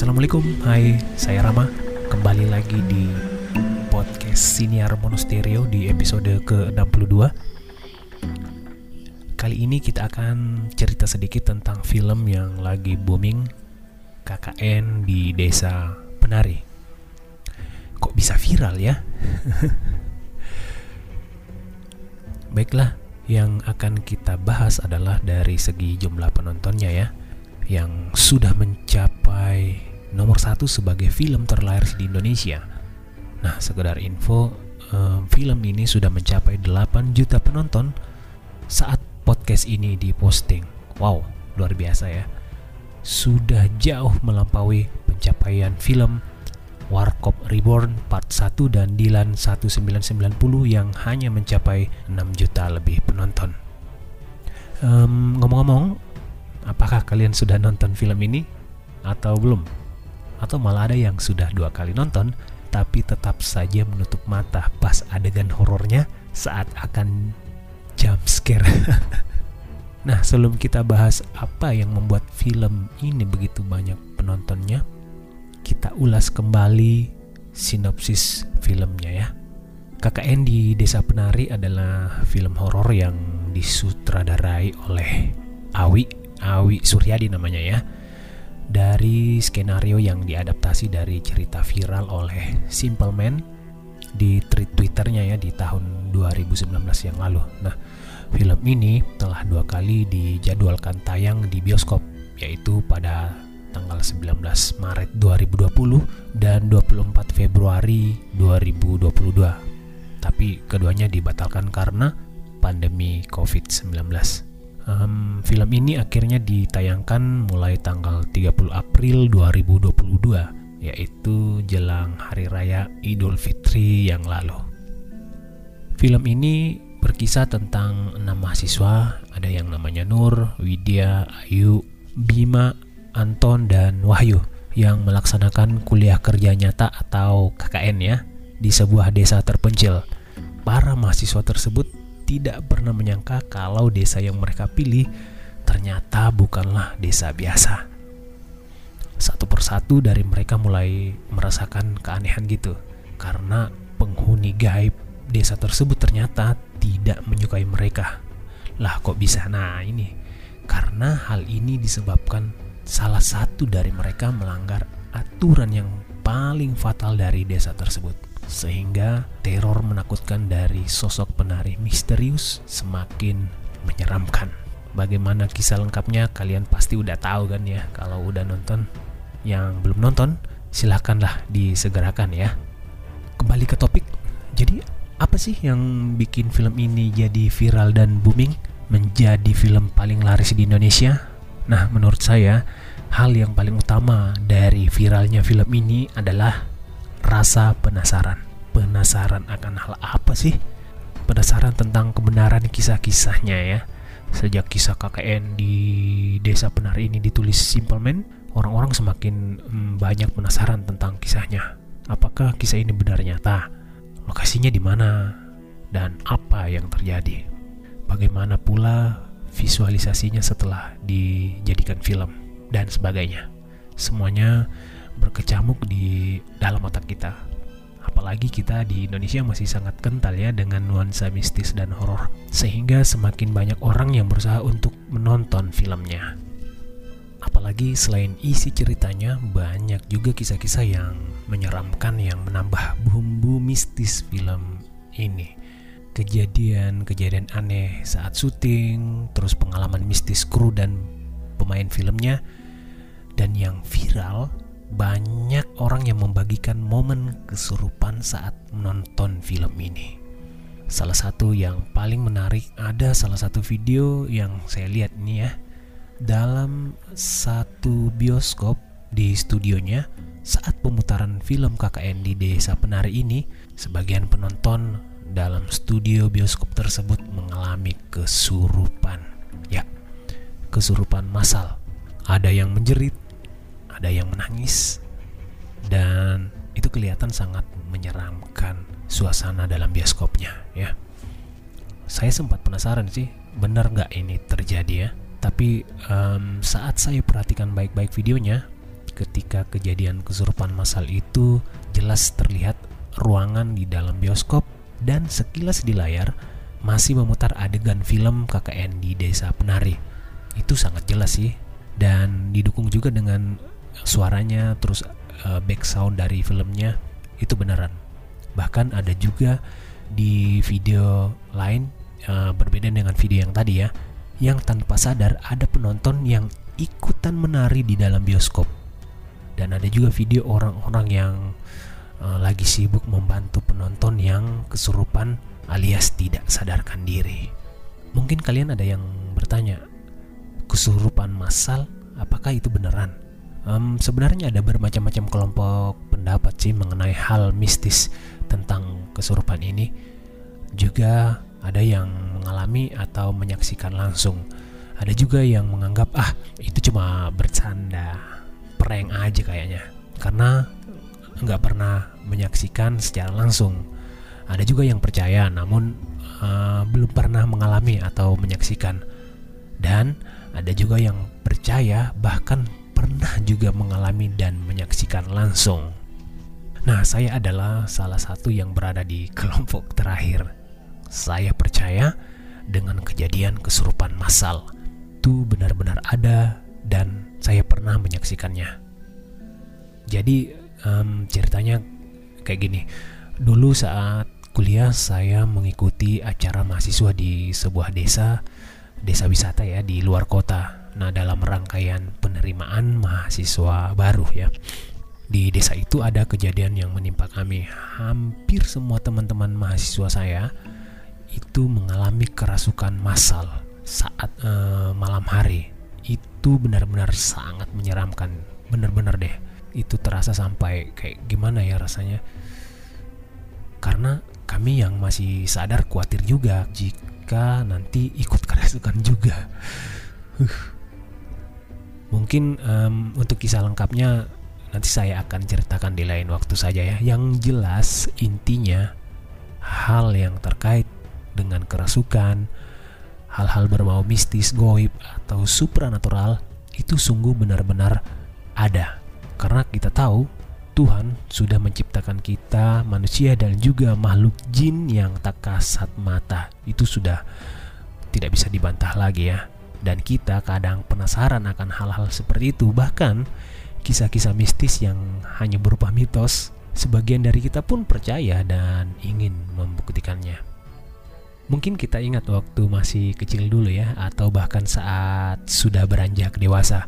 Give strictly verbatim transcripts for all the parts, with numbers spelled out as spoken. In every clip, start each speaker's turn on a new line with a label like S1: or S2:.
S1: Assalamualaikum, hai, saya Rama. Kembali lagi di podcast Siniar Monostereo di episode ke enam puluh dua. Kali ini kita akan cerita sedikit tentang film yang lagi booming, K K N di Desa Penari. Kok bisa viral ya? Baiklah, yang akan kita bahas adalah dari segi jumlah penontonnya ya, yang sudah mencapai nomor satu sebagai film terlaris di Indonesia. Nah, sekedar info, um, film ini sudah mencapai delapan juta penonton saat podcast ini diposting. Wow, luar biasa ya. Sudah jauh melampaui pencapaian film Warkop Reborn Part satu dan Dilan seribu sembilan ratus sembilan puluh yang hanya mencapai enam juta lebih penonton. um, Ngomong-ngomong, apakah kalian sudah nonton film ini atau belum? Atau malah ada yang sudah dua kali nonton tapi tetap saja menutup mata pas adegan horornya saat akan jump scare. Nah, sebelum kita bahas apa yang membuat film ini begitu banyak penontonnya, kita ulas kembali sinopsis filmnya ya. K K N di Desa Penari adalah film horor yang disutradarai oleh Awi Awi Suryadi namanya ya, dari skenario yang diadaptasi dari cerita viral oleh Simple Man di tweet Twitternya ya di tahun dua ribu sembilan belas yang lalu. Nah, film ini telah dua kali dijadwalkan tayang di bioskop, yaitu pada tanggal sembilan belas Maret dua ribu dua puluh dan dua puluh empat Februari dua ribu dua puluh dua. Tapi keduanya dibatalkan karena pandemi covid sembilan belas. Um, film ini akhirnya ditayangkan mulai tanggal tiga puluh April dua ribu dua puluh dua, yaitu jelang Hari Raya Idul Fitri yang lalu. Film ini berkisah tentang enam mahasiswa, ada yang namanya Nur, Widya, Ayu, Bima, Anton, dan Wahyu, yang melaksanakan kuliah kerja nyata atau K K N ya, di sebuah desa terpencil. Para mahasiswa tersebut tidak pernah menyangka kalau desa yang mereka pilih ternyata bukanlah desa biasa. Satu persatu dari mereka mulai merasakan keanehan gitu, karena penghuni gaib desa tersebut ternyata tidak menyukai mereka. Lah kok bisa? Nah ini, karena hal ini disebabkan salah satu dari mereka melanggar aturan yang paling fatal dari desa tersebut, sehingga teror menakutkan dari sosok penari misterius semakin menyeramkan. Bagaimana kisah lengkapnya kalian pasti udah tahu kan ya. Kalau udah nonton, yang belum nonton silahkanlah disegerakan ya. Kembali ke topik. Jadi apa sih yang bikin film ini jadi viral dan booming, menjadi film paling laris di Indonesia? Nah, menurut saya hal yang paling utama dari viralnya film ini adalah rasa penasaran. Penasaran akan hal apa sih? Penasaran tentang kebenaran kisah-kisahnya ya. Sejak kisah K K N di Desa Penari ini ditulis Simple Man, orang-orang semakin hmm, banyak penasaran tentang kisahnya. Apakah kisah ini benar nyata? Lokasinya di mana? Dan apa yang terjadi? Bagaimana pula visualisasinya setelah dijadikan film? Dan sebagainya. Semuanya berkecamuk di dalam otak kita. Apalagi kita di Indonesia masih sangat kental ya dengan nuansa mistis dan horor, sehingga semakin banyak orang yang berusaha untuk menonton filmnya. Apalagi selain isi ceritanya, banyak juga kisah-kisah yang menyeramkan yang menambah bumbu mistis film ini. Kejadian-kejadian aneh saat syuting, terus pengalaman mistis kru dan pemain filmnya. Dan yang viral, banyak orang yang membagikan momen kesurupan saat menonton film ini. Salah satu yang paling menarik, ada salah satu video yang saya lihat ini ya, dalam satu bioskop di studionya saat pemutaran film K K N di Desa Penari ini, sebagian penonton dalam studio bioskop tersebut mengalami kesurupan. Ya, kesurupan massal. Ada yang menjerit, ada yang menangis, dan itu kelihatan sangat menyeramkan suasana dalam bioskopnya ya. Saya sempat penasaran sih, benar nggak ini terjadi ya? Tapi um, saat saya perhatikan baik-baik videonya, ketika kejadian kesurupan massal itu jelas terlihat ruangan di dalam bioskop dan sekilas di layar masih memutar adegan film K K N di Desa Penari. Itu sangat jelas sih, dan didukung juga dengan suaranya, terus uh, back sound dari filmnya itu beneran. Bahkan ada juga di video lain uh, berbeda dengan video yang tadi ya, yang tanpa sadar ada penonton yang ikutan menari di dalam bioskop. Dan ada juga video orang-orang yang uh, lagi sibuk membantu penonton yang kesurupan alias tidak sadarkan diri. Mungkin kalian ada yang bertanya, kesurupan massal apakah itu beneran? Um, sebenarnya ada bermacam-macam kelompok pendapat sih mengenai hal mistis tentang kesurupan ini. Juga ada yang mengalami atau menyaksikan langsung. Ada juga yang menganggap ah itu cuma bercanda, prank aja kayaknya, karena nggak pernah menyaksikan secara langsung. Ada juga yang percaya namun uh, belum pernah mengalami atau menyaksikan. Dan ada juga yang percaya bahkan pernah juga mengalami dan menyaksikan langsung. Nah, saya adalah salah satu yang berada di kelompok terakhir. Saya percaya dengan kejadian kesurupan massal itu benar-benar ada dan saya pernah menyaksikannya. Jadi um, ceritanya kayak gini. Dulu saat kuliah saya mengikuti acara mahasiswa di sebuah desa, desa wisata ya di luar kota. Nah, dalam rangkaian penerimaan mahasiswa baru ya, di desa itu ada kejadian yang menimpa kami. Hampir semua teman-teman mahasiswa saya itu mengalami kerasukan massal saat uh, malam hari. Itu benar-benar sangat menyeramkan, benar-benar deh. Itu terasa sampai kayak gimana ya rasanya. Karena kami yang masih sadar khawatir juga jika nanti ikut kerasukan juga. Uh. Mungkin um, untuk kisah lengkapnya nanti saya akan ceritakan di lain waktu saja ya. Yang jelas intinya hal yang terkait dengan kerasukan, hal-hal berbau mistis, goib atau supranatural itu sungguh benar-benar ada. Karena kita tahu Tuhan sudah menciptakan kita manusia dan juga makhluk jin yang tak kasat mata. Itu sudah tidak bisa dibantah lagi ya. Dan kita kadang penasaran akan hal-hal seperti itu. Bahkan kisah-kisah mistis yang hanya berupa mitos, sebagian dari kita pun percaya dan ingin membuktikannya. Mungkin kita ingat waktu masih kecil dulu ya, atau bahkan saat sudah beranjak dewasa.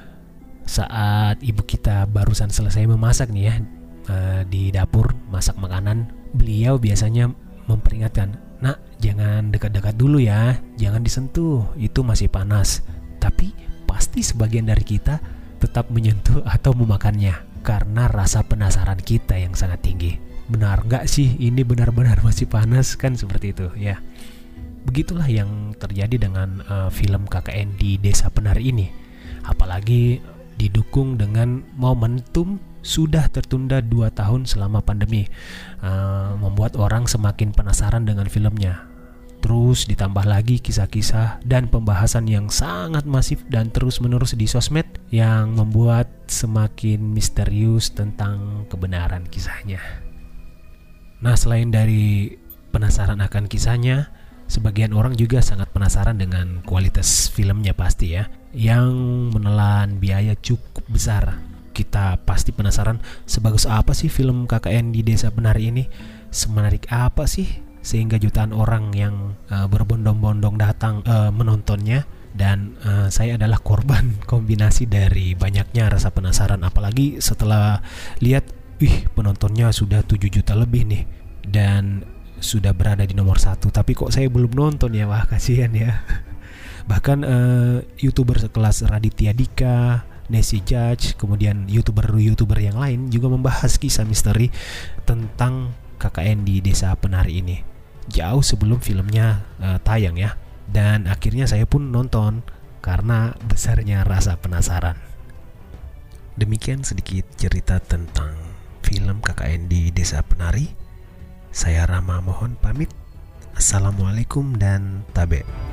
S1: Saat ibu kita barusan selesai memasak nih ya, di dapur masak makanan, beliau biasanya memperingatkan, "Nak, jangan dekat-dekat dulu ya, jangan disentuh, itu masih panas." Tapi pasti sebagian dari kita tetap menyentuh atau memakannya karena rasa penasaran kita yang sangat tinggi. Benar nggak sih ini benar-benar masih panas, kan seperti itu ya. Begitulah yang terjadi dengan uh, film K K N di Desa Penari ini. Apalagi didukung dengan momentum sudah tertunda dua tahun selama pandemi, uh, membuat orang semakin penasaran dengan filmnya. Terus ditambah lagi kisah-kisah dan pembahasan yang sangat masif dan terus-menerus di sosmed yang membuat semakin misterius tentang kebenaran kisahnya. Nah, selain dari penasaran akan kisahnya, sebagian orang juga sangat penasaran dengan kualitas filmnya pasti ya, yang menelan biaya cukup besar. Kita pasti penasaran sebagus apa sih film K K N di Desa Penari ini, semenarik apa sih sehingga jutaan orang yang uh, berbondong-bondong datang uh, menontonnya. Dan uh, saya adalah korban kombinasi dari banyaknya rasa penasaran, apalagi setelah lihat, wih penontonnya sudah tujuh juta lebih nih dan sudah berada di nomor satu, tapi kok saya belum nonton ya, wah kasihan ya. Bahkan uh, youtuber sekelas Raditya Dika, Nancy Judge, kemudian youtuber-youtuber yang lain juga membahas kisah misteri tentang K K N di Desa Penari ini jauh sebelum filmnya uh, tayang ya. Dan akhirnya saya pun nonton karena besarnya rasa penasaran. Demikian sedikit cerita tentang film K K N di Desa Penari. Saya Rama mohon pamit. Assalamualaikum dan tabe.